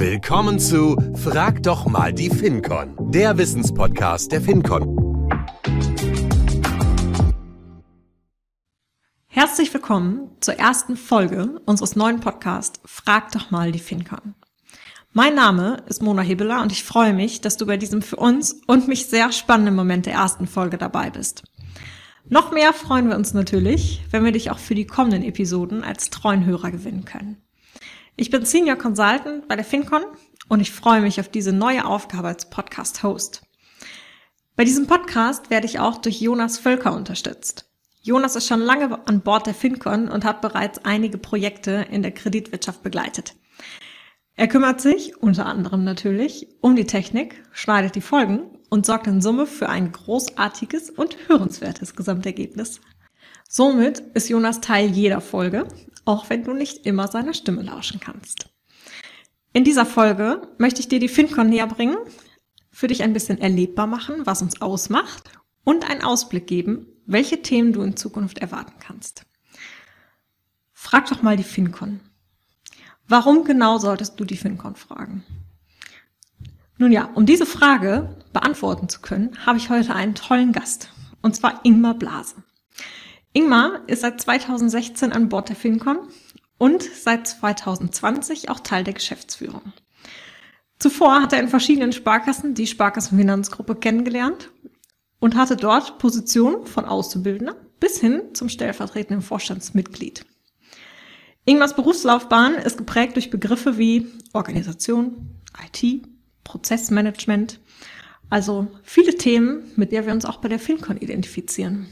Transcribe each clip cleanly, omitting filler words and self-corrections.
Willkommen zu Frag doch mal die FinCon, der Wissenspodcast der FinCon. Herzlich willkommen zur ersten Folge unseres neuen Podcasts Frag doch mal die FinCon. Mein Name ist Mona Hebeler und ich freue mich, dass du bei diesem für uns und mich sehr spannenden Moment der ersten Folge dabei bist. Noch mehr freuen wir uns natürlich, wenn wir dich auch für die kommenden Episoden als treuen Hörer gewinnen können. Ich bin Senior Consultant bei der FinCon und ich freue mich auf diese neue Aufgabe als Podcast-Host. Bei diesem Podcast werde ich auch durch Jonas Völker unterstützt. Jonas ist schon lange an Bord der FinCon und hat bereits einige Projekte in der Kreditwirtschaft begleitet. Er kümmert sich, unter anderem natürlich, um die Technik, schneidet die Folgen und sorgt in Summe für ein großartiges und hörenswertes Gesamtergebnis. Somit ist Jonas Teil jeder Folge, auch wenn du nicht immer seiner Stimme lauschen kannst. In dieser Folge möchte ich dir die FinCon näher bringen, für dich ein bisschen erlebbar machen, was uns ausmacht und einen Ausblick geben, welche Themen du in Zukunft erwarten kannst. Frag doch mal die FinCon. Warum genau solltest du die FinCon fragen? Nun ja, um diese Frage beantworten zu können, habe ich heute einen tollen Gast, und zwar Ingmar Blase. Ingmar ist seit 2016 an Bord der FinCon und seit 2020 auch Teil der Geschäftsführung. Zuvor hat er in verschiedenen Sparkassen die Sparkassenfinanzgruppe kennengelernt und hatte dort Positionen von Auszubildender bis hin zum stellvertretenden Vorstandsmitglied. Ingmars Berufslaufbahn ist geprägt durch Begriffe wie Organisation, IT, Prozessmanagement, also viele Themen, mit der wir uns auch bei der FinCon identifizieren.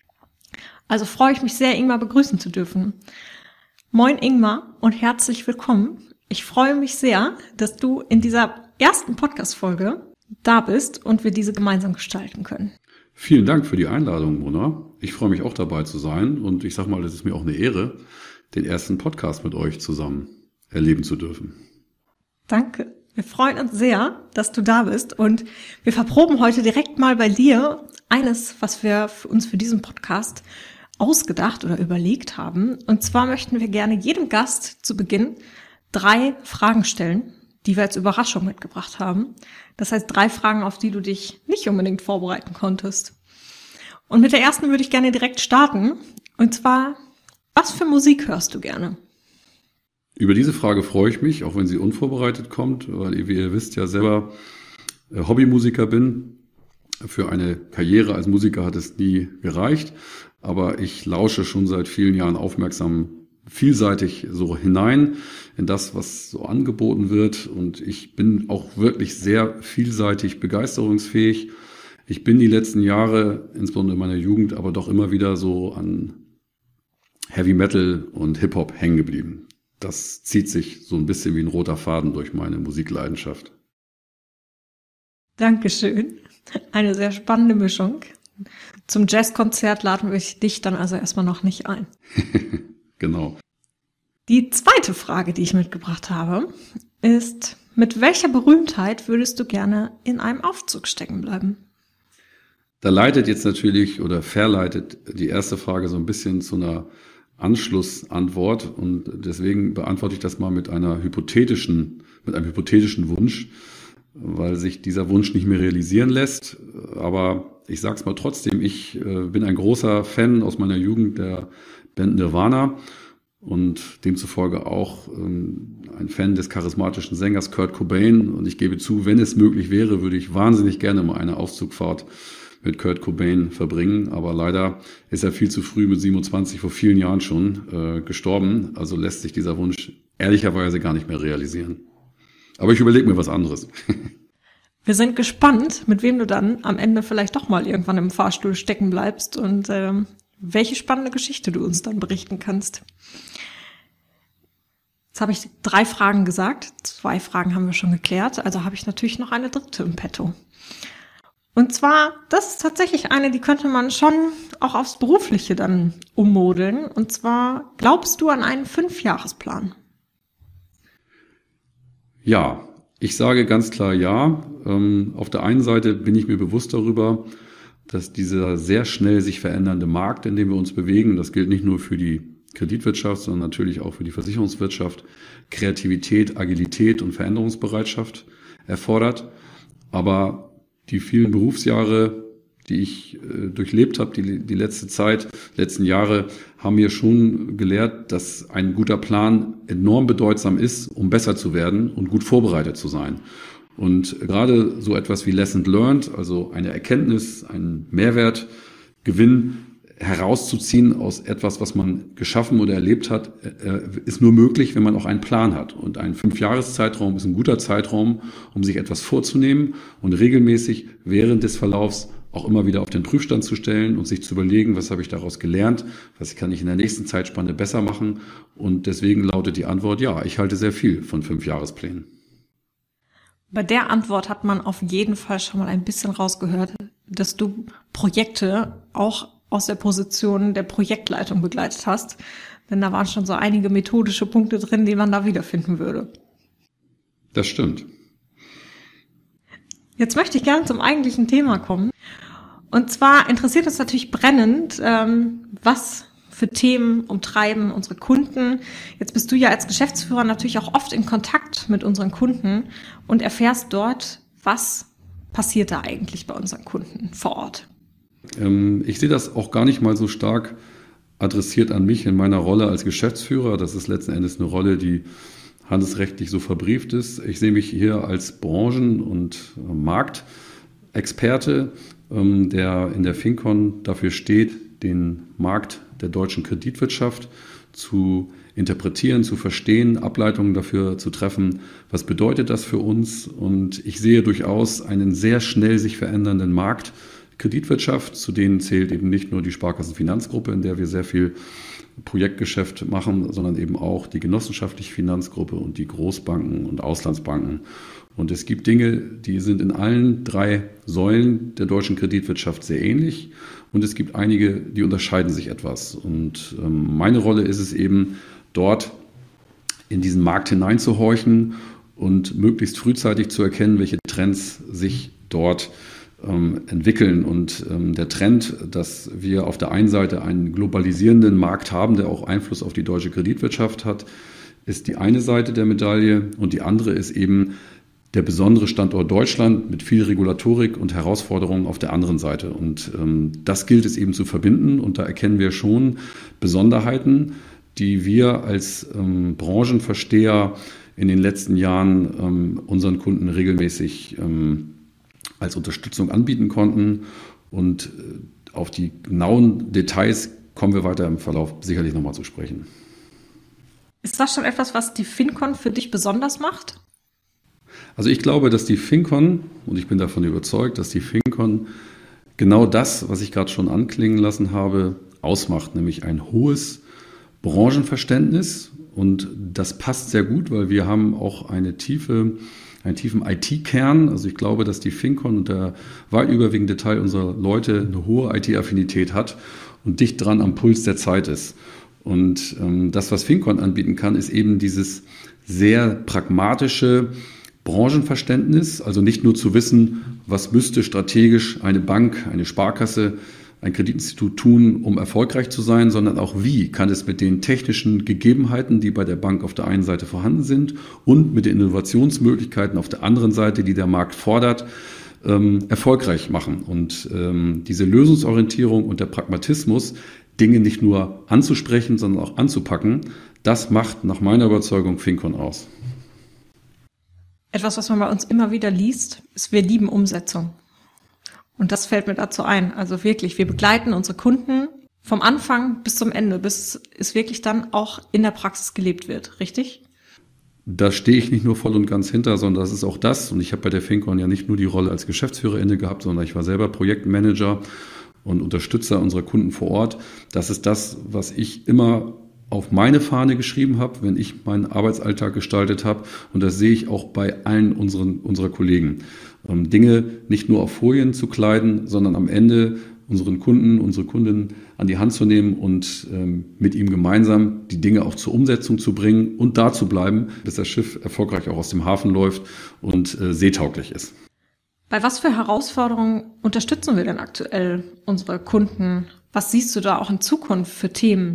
Also freue ich mich sehr, Ingmar begrüßen zu dürfen. Moin Ingmar und herzlich willkommen. Ich freue mich sehr, dass du in dieser ersten Podcast-Folge da bist und wir diese gemeinsam gestalten können. Vielen Dank für die Einladung, Mona. Ich freue mich auch dabei zu sein und ich sag mal, es ist mir auch eine Ehre, den ersten Podcast mit euch zusammen erleben zu dürfen. Danke. Wir freuen uns sehr, dass du da bist und wir verproben heute direkt mal bei dir eines, was wir uns für diesen Podcast ausgedacht oder überlegt haben. Und zwar möchten wir gerne jedem Gast zu Beginn 3 Fragen stellen, die wir als Überraschung mitgebracht haben. Das heißt 3 Fragen, auf die du dich nicht unbedingt vorbereiten konntest. Und mit der ersten würde ich gerne direkt starten. Und zwar, was für Musik hörst du gerne? Über diese Frage freue ich mich, auch wenn sie unvorbereitet kommt, weil ich, wie ihr wisst, ja selber Hobbymusiker bin. Für eine Karriere als Musiker hat es nie gereicht, aber ich lausche schon seit vielen Jahren aufmerksam, vielseitig so hinein in das, was so angeboten wird, und ich bin auch wirklich sehr vielseitig begeisterungsfähig. Ich bin die letzten Jahre, insbesondere in meiner Jugend, aber doch immer wieder so an Heavy Metal und Hip-Hop hängen geblieben. Das zieht sich so ein bisschen wie ein roter Faden durch meine Musikleidenschaft. Dankeschön. Eine sehr spannende Mischung. Zum Jazzkonzert laden wir dich dann also erstmal noch nicht ein. Genau. Die zweite Frage, die ich mitgebracht habe, ist, mit welcher Berühmtheit würdest du gerne in einem Aufzug stecken bleiben? Da leitet jetzt natürlich oder verleitet die erste Frage so ein bisschen zu einer Anschlussantwort, und deswegen beantworte ich das mal mit einem hypothetischen Wunsch, weil sich dieser Wunsch nicht mehr realisieren lässt. Aber ich sag's mal trotzdem, ich bin ein großer Fan aus meiner Jugend der Band Nirvana und demzufolge auch ein Fan des charismatischen Sängers Kurt Cobain. Und ich gebe zu, wenn es möglich wäre, würde ich wahnsinnig gerne mal eine Aufzugfahrt mit Kurt Cobain verbringen. Aber leider ist er viel zu früh mit 27 vor vielen Jahren schon gestorben. Also lässt sich dieser Wunsch ehrlicherweise gar nicht mehr realisieren. Aber ich überlege mir was anderes. Wir sind gespannt, mit wem du dann am Ende vielleicht doch mal irgendwann im Fahrstuhl stecken bleibst und welche spannende Geschichte du uns dann berichten kannst. Jetzt habe ich 3 Fragen gesagt. 2 Fragen haben wir schon geklärt. Also habe ich natürlich noch eine dritte im Petto. Und zwar, das ist tatsächlich eine, die könnte man schon auch aufs Berufliche dann ummodeln. Und zwar, glaubst du an einen 5-Jahresplan? Ja, ich sage ganz klar ja. Auf der einen Seite bin ich mir bewusst darüber, dass dieser sehr schnell sich verändernde Markt, in dem wir uns bewegen, das gilt nicht nur für die Kreditwirtschaft, sondern natürlich auch für die Versicherungswirtschaft Kreativität, Agilität und Veränderungsbereitschaft erfordert. Aber die vielen Berufsjahre, die ich durchlebt habe, die letzten Jahre, haben mir schon gelehrt, dass ein guter Plan enorm bedeutsam ist, um besser zu werden und gut vorbereitet zu sein. Und gerade so etwas wie Lesson Learned, also eine Erkenntnis, einen Mehrwertgewinn herauszuziehen aus etwas, was man geschaffen oder erlebt hat, ist nur möglich, wenn man auch einen Plan hat. Und ein 5-Jahres-Zeitraum ist ein guter Zeitraum, um sich etwas vorzunehmen und regelmäßig während des Verlaufs auch immer wieder auf den Prüfstand zu stellen und sich zu überlegen, was habe ich daraus gelernt, was kann ich in der nächsten Zeitspanne besser machen. Und deswegen lautet die Antwort, ja, ich halte sehr viel von 5-Jahresplänen. Bei der Antwort hat man auf jeden Fall schon mal ein bisschen rausgehört, dass du Projekte auch aus der Position der Projektleitung begleitet hast. Denn da waren schon so einige methodische Punkte drin, die man da wiederfinden würde. Das stimmt. Jetzt möchte ich gerne zum eigentlichen Thema kommen. Und zwar interessiert uns natürlich brennend, was für Themen umtreiben unsere Kunden. Jetzt bist du ja als Geschäftsführer natürlich auch oft in Kontakt mit unseren Kunden und erfährst dort, was passiert da eigentlich bei unseren Kunden vor Ort. Ich sehe das auch gar nicht mal so stark adressiert an mich in meiner Rolle als Geschäftsführer. Das ist letzten Endes eine Rolle, die handelsrechtlich so verbrieft ist. Ich sehe mich hier als Branchen- und Marktexperte, der in der FinCon dafür steht, den Markt der deutschen Kreditwirtschaft zu interpretieren, zu verstehen, Ableitungen dafür zu treffen. Was bedeutet das für uns? Und ich sehe durchaus einen sehr schnell sich verändernden Markt Kreditwirtschaft. Zu denen zählt eben nicht nur die Sparkassenfinanzgruppe, in der wir sehr viel Projektgeschäft machen, sondern eben auch die genossenschaftliche Finanzgruppe und die Großbanken und Auslandsbanken. Und es gibt Dinge, die sind in allen 3 Säulen der deutschen Kreditwirtschaft sehr ähnlich. Und es gibt einige, die unterscheiden sich etwas. Und meine Rolle ist es eben, dort in diesen Markt hineinzuhorchen und möglichst frühzeitig zu erkennen, welche Trends sich dort entwickeln. Und der Trend, dass wir auf der einen Seite einen globalisierenden Markt haben, der auch Einfluss auf die deutsche Kreditwirtschaft hat, ist die eine Seite der Medaille. Und die andere ist eben der besondere Standort Deutschland mit viel Regulatorik und Herausforderungen auf der anderen Seite. Und das gilt es eben zu verbinden. Und da erkennen wir schon Besonderheiten, die wir als Branchenversteher in den letzten Jahren unseren Kunden regelmäßig als Unterstützung anbieten konnten. Und auf die genauen Details kommen wir weiter im Verlauf sicherlich nochmal zu sprechen. Ist das schon etwas, was die FinCon für dich besonders macht? Also ich glaube, dass die FinCon, und ich bin davon überzeugt, dass die FinCon genau das, was ich gerade schon anklingen lassen habe, ausmacht, nämlich ein hohes Branchenverständnis. Und das passt sehr gut, weil wir haben auch einen tiefen IT-Kern. Also ich glaube, dass die FinCon und der weit überwiegende Teil unserer Leute eine hohe IT-Affinität hat und dicht dran am Puls der Zeit ist. Und das, was FinCon anbieten kann, ist eben dieses sehr pragmatische Branchenverständnis, also nicht nur zu wissen, was müsste strategisch eine Bank, eine Sparkasse, ein Kreditinstitut tun, um erfolgreich zu sein, sondern auch wie kann es mit den technischen Gegebenheiten, die bei der Bank auf der einen Seite vorhanden sind und mit den Innovationsmöglichkeiten auf der anderen Seite, die der Markt fordert, erfolgreich machen. Und diese Lösungsorientierung und der Pragmatismus, Dinge nicht nur anzusprechen, sondern auch anzupacken, das macht nach meiner Überzeugung FinCon aus. Etwas, was man bei uns immer wieder liest, ist, wir lieben Umsetzung. Und das fällt mir dazu ein. Also wirklich, wir begleiten unsere Kunden vom Anfang bis zum Ende, bis es wirklich dann auch in der Praxis gelebt wird, richtig? Da stehe ich nicht nur voll und ganz hinter, sondern das ist auch das. Und ich habe bei der FinCon ja nicht nur die Rolle als Geschäftsführer inne gehabt, sondern ich war selber Projektmanager und Unterstützer unserer Kunden vor Ort. Das ist das, was ich immer auf meine Fahne geschrieben habe, wenn ich meinen Arbeitsalltag gestaltet habe. Und das sehe ich auch bei allen unserer Kollegen. Dinge nicht nur auf Folien zu kleiden, sondern am Ende unsere Kundinnen an die Hand zu nehmen und mit ihm gemeinsam die Dinge auch zur Umsetzung zu bringen und da zu bleiben, bis das Schiff erfolgreich auch aus dem Hafen läuft und seetauglich ist. Bei was für Herausforderungen unterstützen wir denn aktuell unsere Kunden? Was siehst du da auch in Zukunft für Themen?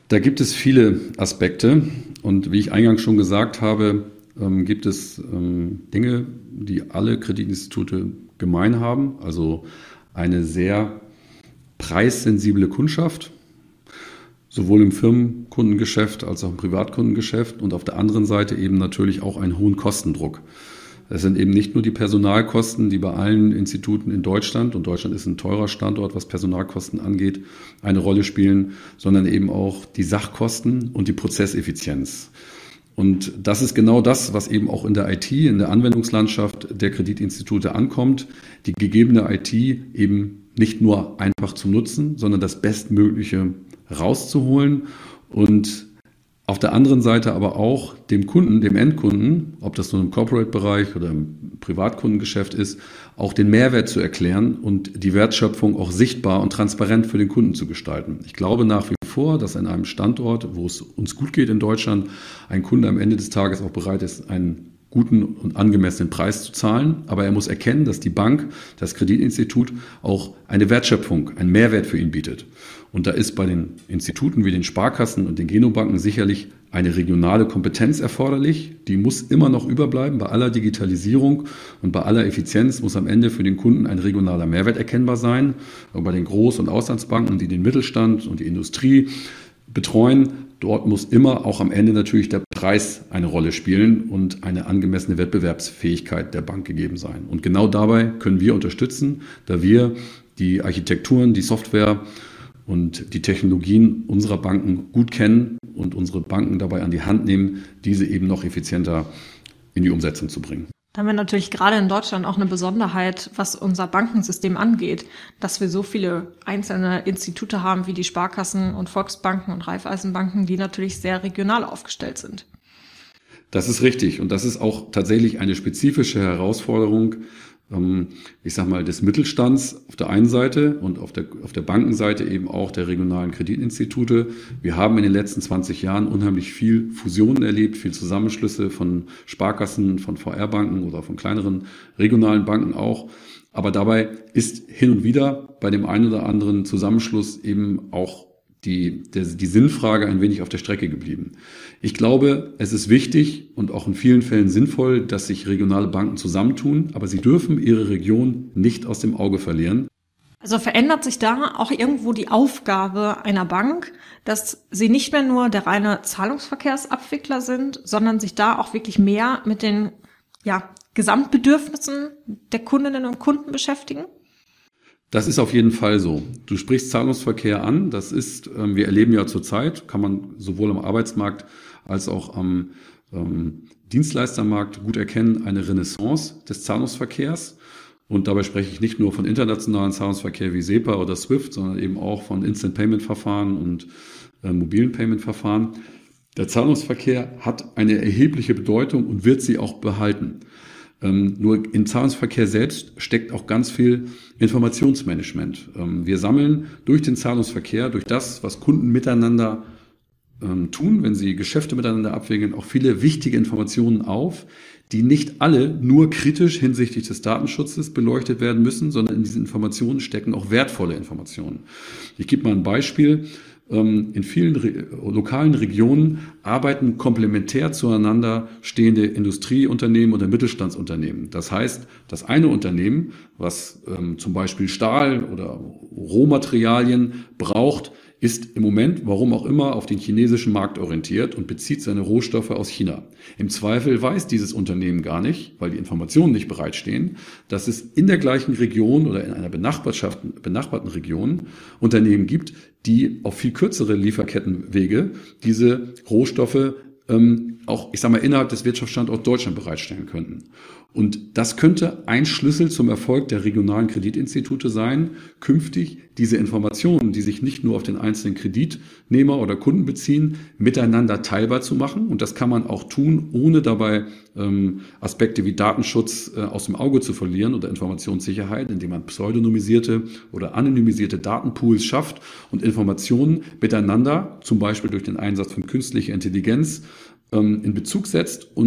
Da gibt es viele Aspekte und wie ich eingangs schon gesagt habe, gibt es Dinge, die alle Kreditinstitute gemein haben. Also eine sehr preissensible Kundschaft, sowohl im Firmenkundengeschäft als auch im Privatkundengeschäft und auf der anderen Seite eben natürlich auch einen hohen Kostendruck. Es sind eben nicht nur die Personalkosten, die bei allen Instituten in Deutschland, und Deutschland ist ein teurer Standort, was Personalkosten angeht, eine Rolle spielen, sondern eben auch die Sachkosten und die Prozesseffizienz. Und das ist genau das, was eben auch in der IT, in der Anwendungslandschaft der Kreditinstitute ankommt, die gegebene IT eben nicht nur einfach zu nutzen, sondern das Bestmögliche rauszuholen und auf der anderen Seite aber auch dem Kunden, dem Endkunden, ob das nun im Corporate-Bereich oder im Privatkundengeschäft ist, auch den Mehrwert zu erklären und die Wertschöpfung auch sichtbar und transparent für den Kunden zu gestalten. Ich glaube nach wie vor, dass an einem Standort, wo es uns gut geht in Deutschland, ein Kunde am Ende des Tages auch bereit ist, einen guten und angemessenen Preis zu zahlen. Aber er muss erkennen, dass die Bank, das Kreditinstitut auch eine Wertschöpfung, einen Mehrwert für ihn bietet. Und da ist bei den Instituten wie den Sparkassen und den Genobanken sicherlich eine regionale Kompetenz erforderlich. Die muss immer noch überbleiben. Bei aller Digitalisierung und bei aller Effizienz muss am Ende für den Kunden ein regionaler Mehrwert erkennbar sein. Aber bei den Groß- und Auslandsbanken, die den Mittelstand und die Industrie betreuen, dort muss immer auch am Ende natürlich der Preis eine Rolle spielen und eine angemessene Wettbewerbsfähigkeit der Bank gegeben sein. Und genau dabei können wir unterstützen, da wir die Architekturen, die Software und die Technologien unserer Banken gut kennen und unsere Banken dabei an die Hand nehmen, diese eben noch effizienter in die Umsetzung zu bringen. Da haben wir natürlich gerade in Deutschland auch eine Besonderheit, was unser Bankensystem angeht, dass wir so viele einzelne Institute haben wie die Sparkassen und Volksbanken und Raiffeisenbanken, die natürlich sehr regional aufgestellt sind. Das ist richtig und das ist auch tatsächlich eine spezifische Herausforderung, ich sag mal, des Mittelstands auf der einen Seite und auf der Bankenseite eben auch der regionalen Kreditinstitute. Wir haben in den letzten 20 Jahren unheimlich viel Fusionen erlebt, viel Zusammenschlüsse von Sparkassen, von VR-Banken oder von kleineren regionalen Banken auch. Aber dabei ist hin und wieder bei dem einen oder anderen Zusammenschluss eben auch die Sinnfrage ein wenig auf der Strecke geblieben. Ich glaube, es ist wichtig und auch in vielen Fällen sinnvoll, dass sich regionale Banken zusammentun, aber sie dürfen ihre Region nicht aus dem Auge verlieren. Also verändert sich da auch irgendwo die Aufgabe einer Bank, dass sie nicht mehr nur der reine Zahlungsverkehrsabwickler sind, sondern sich da auch wirklich mehr mit den Gesamtbedürfnissen der Kundinnen und Kunden beschäftigen? Das ist auf jeden Fall so. Du sprichst Zahlungsverkehr an. Das ist, wir erleben ja zurzeit, kann man sowohl am Arbeitsmarkt als auch am Dienstleistermarkt gut erkennen, eine Renaissance des Zahlungsverkehrs. Und dabei spreche ich nicht nur von internationalen Zahlungsverkehr wie SEPA oder SWIFT, sondern eben auch von Instant-Payment-Verfahren und mobilen Payment-Verfahren. Der Zahlungsverkehr hat eine erhebliche Bedeutung und wird sie auch behalten. Nur im Zahlungsverkehr selbst steckt auch ganz viel Informationsmanagement. Wir sammeln durch den Zahlungsverkehr, durch das, was Kunden miteinander tun, wenn sie Geschäfte miteinander abwickeln, auch viele wichtige Informationen auf, die nicht alle nur kritisch hinsichtlich des Datenschutzes beleuchtet werden müssen, sondern in diesen Informationen stecken auch wertvolle Informationen. Ich gebe mal ein Beispiel. In vielen lokalen Regionen arbeiten komplementär zueinander stehende Industrieunternehmen oder Mittelstandsunternehmen. Das heißt, das eine Unternehmen, was zum Beispiel Stahl oder Rohmaterialien braucht, ist im Moment, warum auch immer, auf den chinesischen Markt orientiert und bezieht seine Rohstoffe aus China. Im Zweifel weiß dieses Unternehmen gar nicht, weil die Informationen nicht bereitstehen, dass es in der gleichen Region oder in einer benachbarten Region Unternehmen gibt, die auf viel kürzere Lieferkettenwege diese Rohstoffe auch, ich sag mal, innerhalb des Wirtschaftsstandorts Deutschland bereitstellen könnten. Und das könnte ein Schlüssel zum Erfolg der regionalen Kreditinstitute sein, künftig diese Informationen, die sich nicht nur auf den einzelnen Kreditnehmer oder Kunden beziehen, miteinander teilbar zu machen. Und das kann man auch tun, ohne dabei Aspekte wie Datenschutz aus dem Auge zu verlieren oder Informationssicherheit, indem man pseudonymisierte oder anonymisierte Datenpools schafft und Informationen miteinander, zum Beispiel durch den Einsatz von künstlicher Intelligenz, in Bezug setzt und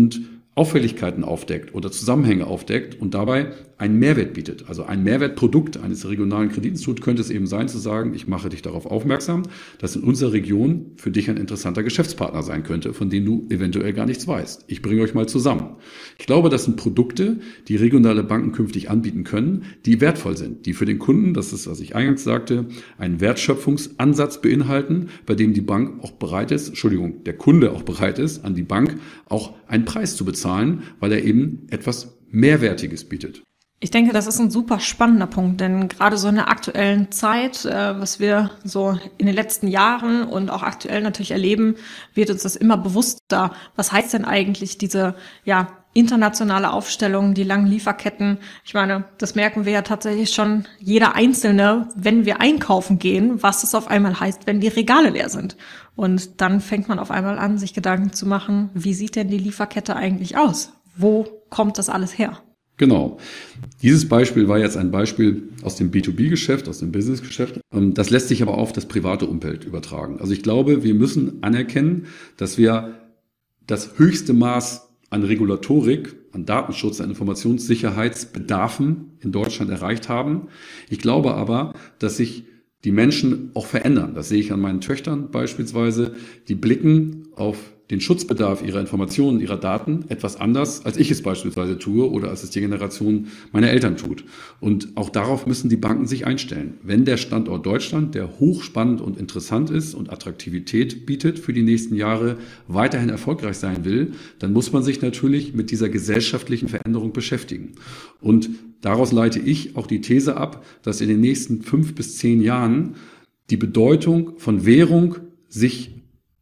Auffälligkeiten aufdeckt oder Zusammenhänge aufdeckt und dabei einen Mehrwert bietet. Also ein Mehrwertprodukt eines regionalen Kreditinstituts könnte es eben sein, zu sagen, ich mache dich darauf aufmerksam, dass in unserer Region für dich ein interessanter Geschäftspartner sein könnte, von dem du eventuell gar nichts weißt. Ich bringe euch mal zusammen. Ich glaube, das sind Produkte, die regionale Banken künftig anbieten können, die wertvoll sind, die für den Kunden, das ist, was ich eingangs sagte, einen Wertschöpfungsansatz beinhalten, bei dem die Bank auch bereit ist, der Kunde auch bereit ist, an die Bank auch einen Preis zu bezahlen, weil er eben etwas Mehrwertiges bietet. Ich denke, das ist ein super spannender Punkt, denn gerade so in der aktuellen Zeit, was wir so in den letzten Jahren und auch aktuell natürlich erleben, wird uns das immer bewusster. Was heißt denn eigentlich diese, internationale Aufstellung, die langen Lieferketten? Ich meine, das merken wir ja tatsächlich schon jeder Einzelne, wenn wir einkaufen gehen, was es auf einmal heißt, wenn die Regale leer sind. Und dann fängt man auf einmal an, sich Gedanken zu machen, wie sieht denn die Lieferkette eigentlich aus? Wo kommt das alles her? Genau. Dieses Beispiel war jetzt ein Beispiel aus dem B2B-Geschäft, aus dem Business-Geschäft. Das lässt sich aber auf das private Umfeld übertragen. Also ich glaube, wir müssen anerkennen, dass wir das höchste Maß an Regulatorik, an Datenschutz, an Informationssicherheitsbedarfen in Deutschland erreicht haben. Ich glaube aber, dass sich die Menschen auch verändern. Das sehe ich an meinen Töchtern beispielsweise. Die blicken auf den Schutzbedarf ihrer Informationen, ihrer Daten etwas anders, als ich es beispielsweise tue oder als es die Generation meiner Eltern tut. Und auch darauf müssen die Banken sich einstellen. Wenn der Standort Deutschland, der hochspannend und interessant ist und Attraktivität bietet für die nächsten Jahre, weiterhin erfolgreich sein will, dann muss man sich natürlich mit dieser gesellschaftlichen Veränderung beschäftigen. Und daraus leite ich auch die These ab, dass in den nächsten 5 bis 10 Jahren die Bedeutung von Währung sich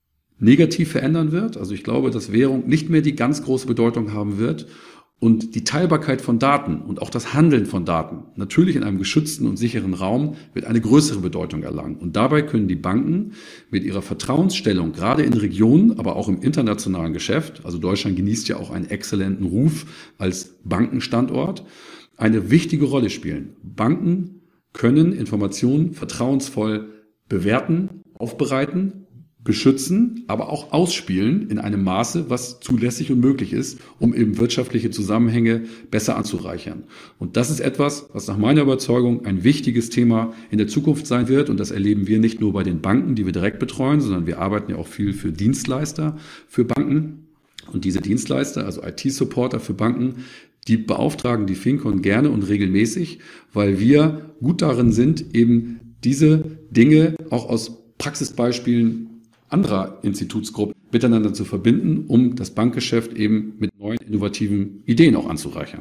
negativ verändern wird. Also ich glaube, dass Währung nicht mehr die ganz große Bedeutung haben wird und die Teilbarkeit von Daten und auch das Handeln von Daten natürlich in einem geschützten und sicheren Raum wird eine größere Bedeutung erlangen. Und dabei können die Banken mit ihrer Vertrauensstellung, gerade in Regionen, aber auch im internationalen Geschäft, also Deutschland genießt ja auch einen exzellenten Ruf als Bankenstandort, eine wichtige Rolle spielen. Banken können Informationen vertrauensvoll bewerten, aufbereiten, beschützen, aber auch ausspielen in einem Maße, was zulässig und möglich ist, um eben wirtschaftliche Zusammenhänge besser anzureichern. Und das ist etwas, was nach meiner Überzeugung ein wichtiges Thema in der Zukunft sein wird. Und das erleben wir nicht nur bei den Banken, die wir direkt betreuen, sondern wir arbeiten ja auch viel für Dienstleister, für Banken. Und diese Dienstleister, also IT-Supporter für Banken, die beauftragen die FinCon gerne und regelmäßig, weil wir gut darin sind, eben diese Dinge auch aus Praxisbeispielen anderer Institutsgruppen miteinander zu verbinden, um das Bankgeschäft eben mit neuen, innovativen Ideen auch anzureichern.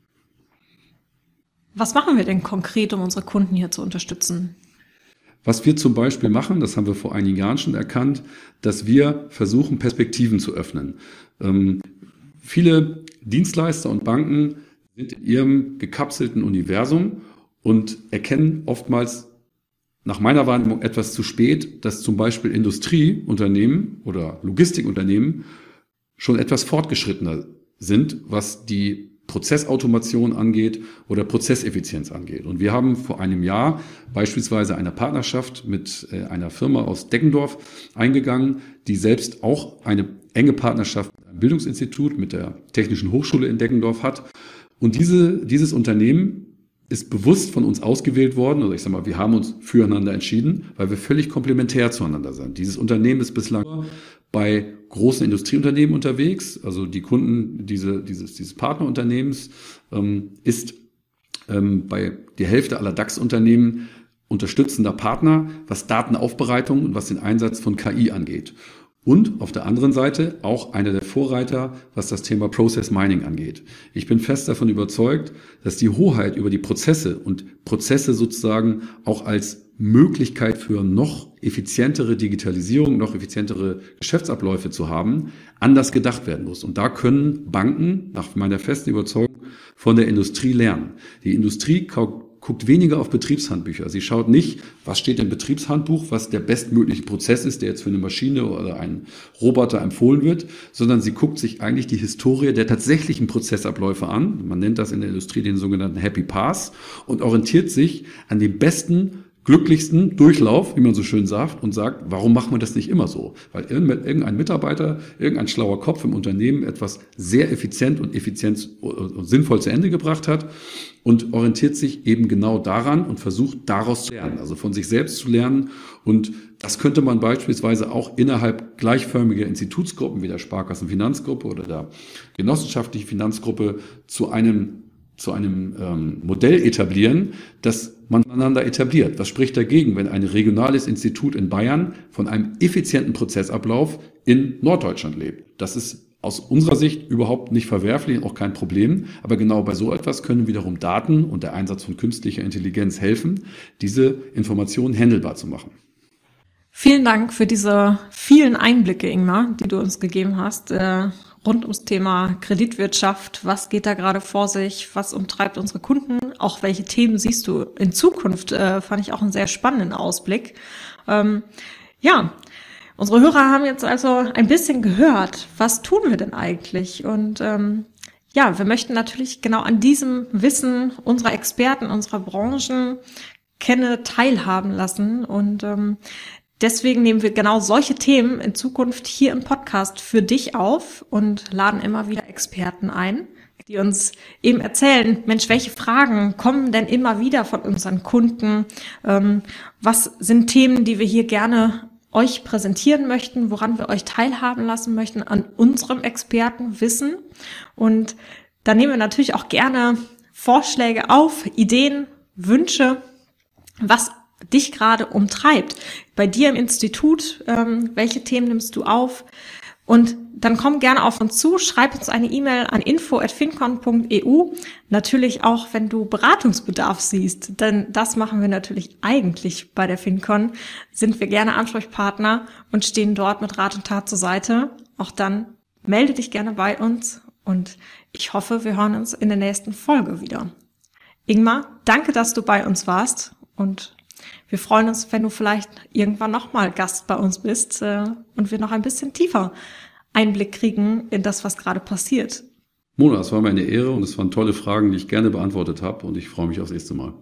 Was machen wir denn konkret, um unsere Kunden hier zu unterstützen? Was wir zum Beispiel machen, das haben wir vor einigen Jahren schon erkannt, dass wir versuchen, Perspektiven zu öffnen. Viele Dienstleister und Banken sind in ihrem gekapselten Universum und erkennen oftmals nach meiner Wahrnehmung etwas zu spät, dass zum Beispiel Industrieunternehmen oder Logistikunternehmen schon etwas fortgeschrittener sind, was die Prozessautomation angeht oder Prozesseffizienz angeht. Und wir haben vor einem Jahr beispielsweise eine Partnerschaft mit einer Firma aus Deggendorf eingegangen, die selbst auch eine enge Partnerschaft mit einem Bildungsinstitut, mit der Technischen Hochschule in Deggendorf hat. Und dieses Unternehmen ist bewusst von uns ausgewählt worden, oder ich sage mal, wir haben uns füreinander entschieden, weil wir völlig komplementär zueinander sind. Dieses Unternehmen ist bislang bei großen Industrieunternehmen unterwegs, also die Kunden dieses Partnerunternehmens ist bei der Hälfte aller DAX-Unternehmen unterstützender Partner, was Datenaufbereitung und was den Einsatz von KI angeht. Und auf der anderen Seite auch einer der Vorreiter, was das Thema Process Mining angeht. Ich bin fest davon überzeugt, dass die Hoheit über die Prozesse und Prozesse sozusagen auch als Möglichkeit für noch effizientere Digitalisierung, noch effizientere Geschäftsabläufe zu haben, anders gedacht werden muss. Und da können Banken, nach meiner festen Überzeugung, von der Industrie lernen. Die Industrie guckt weniger auf Betriebshandbücher. Sie schaut nicht, was steht im Betriebshandbuch, was der bestmögliche Prozess ist, der jetzt für eine Maschine oder einen Roboter empfohlen wird, sondern sie guckt sich eigentlich die Historie der tatsächlichen Prozessabläufe an. Man nennt das in der Industrie den sogenannten Happy Path und orientiert sich an den besten glücklichsten Durchlauf, wie man so schön sagt, und sagt, warum machen wir das nicht immer so? Weil irgendein Mitarbeiter, irgendein schlauer Kopf im Unternehmen etwas sehr effizient und sinnvoll zu Ende gebracht hat und orientiert sich eben genau daran und versucht daraus zu lernen, also von sich selbst zu lernen. Und das könnte man beispielsweise auch innerhalb gleichförmiger Institutsgruppen wie der Sparkassen-Finanzgruppe oder der genossenschaftlichen Finanzgruppe zu einem Modell etablieren, das man einander etabliert. Was spricht dagegen, wenn ein regionales Institut in Bayern von einem effizienten Prozessablauf in Norddeutschland lebt? Das ist aus unserer Sicht überhaupt nicht verwerflich und auch kein Problem. Aber genau bei so etwas können wiederum Daten und der Einsatz von künstlicher Intelligenz helfen, diese Informationen handelbar zu machen. Vielen Dank für diese vielen Einblicke, Ingmar, die du uns gegeben hast, rund ums Thema Kreditwirtschaft. Was geht da gerade vor sich? Was umtreibt unsere Kunden? Auch welche Themen siehst du in Zukunft? Fand ich auch einen sehr spannenden Ausblick. Unsere Hörer haben jetzt also ein bisschen gehört. Was tun wir denn eigentlich? Und wir möchten natürlich genau an diesem Wissen unserer Experten, unserer Branchenkenne teilhaben lassen. Und deswegen nehmen wir genau solche Themen in Zukunft hier im Podcast für dich auf und laden immer wieder Experten ein, die uns eben erzählen, Mensch, welche Fragen kommen denn immer wieder von unseren Kunden? Was sind Themen, die wir hier gerne euch präsentieren möchten, woran wir euch teilhaben lassen möchten an unserem Expertenwissen? Und da nehmen wir natürlich auch gerne Vorschläge auf, Ideen, Wünsche, was dich gerade umtreibt. Bei dir im Institut, welche Themen nimmst du auf? Und dann komm gerne auf uns zu, schreib uns eine E-Mail an info@fincon.eu. Natürlich auch, wenn du Beratungsbedarf siehst, denn das machen wir natürlich eigentlich bei der Fincon, sind wir gerne Ansprechpartner und stehen dort mit Rat und Tat zur Seite. Auch dann melde dich gerne bei uns und ich hoffe, wir hören uns in der nächsten Folge wieder. Ingmar, danke, dass du bei uns warst und wir freuen uns, wenn du vielleicht irgendwann nochmal Gast bei uns bist und wir noch ein bisschen tiefer Einblick kriegen in das, was gerade passiert. Mona, es war mir eine Ehre und es waren tolle Fragen, die ich gerne beantwortet habe und ich freue mich aufs nächste Mal.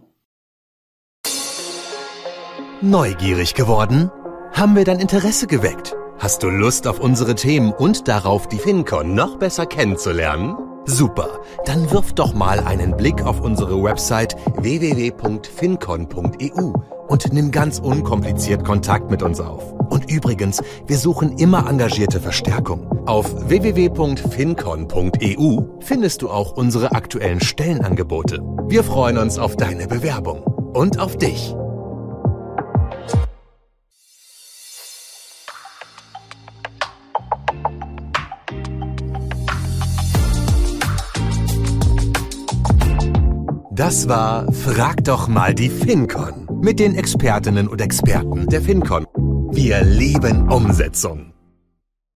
Neugierig geworden? Haben wir dein Interesse geweckt? Hast du Lust auf unsere Themen und darauf, die Fincon noch besser kennenzulernen? Super, dann wirf doch mal einen Blick auf unsere Website www.fincon.eu und nimm ganz unkompliziert Kontakt mit uns auf. Und übrigens, wir suchen immer engagierte Verstärkung. Auf www.fincon.eu findest du auch unsere aktuellen Stellenangebote. Wir freuen uns auf deine Bewerbung und auf dich. Das war Frag doch mal die Fincon mit den Expertinnen und Experten der Fincon. Wir lieben Umsetzung.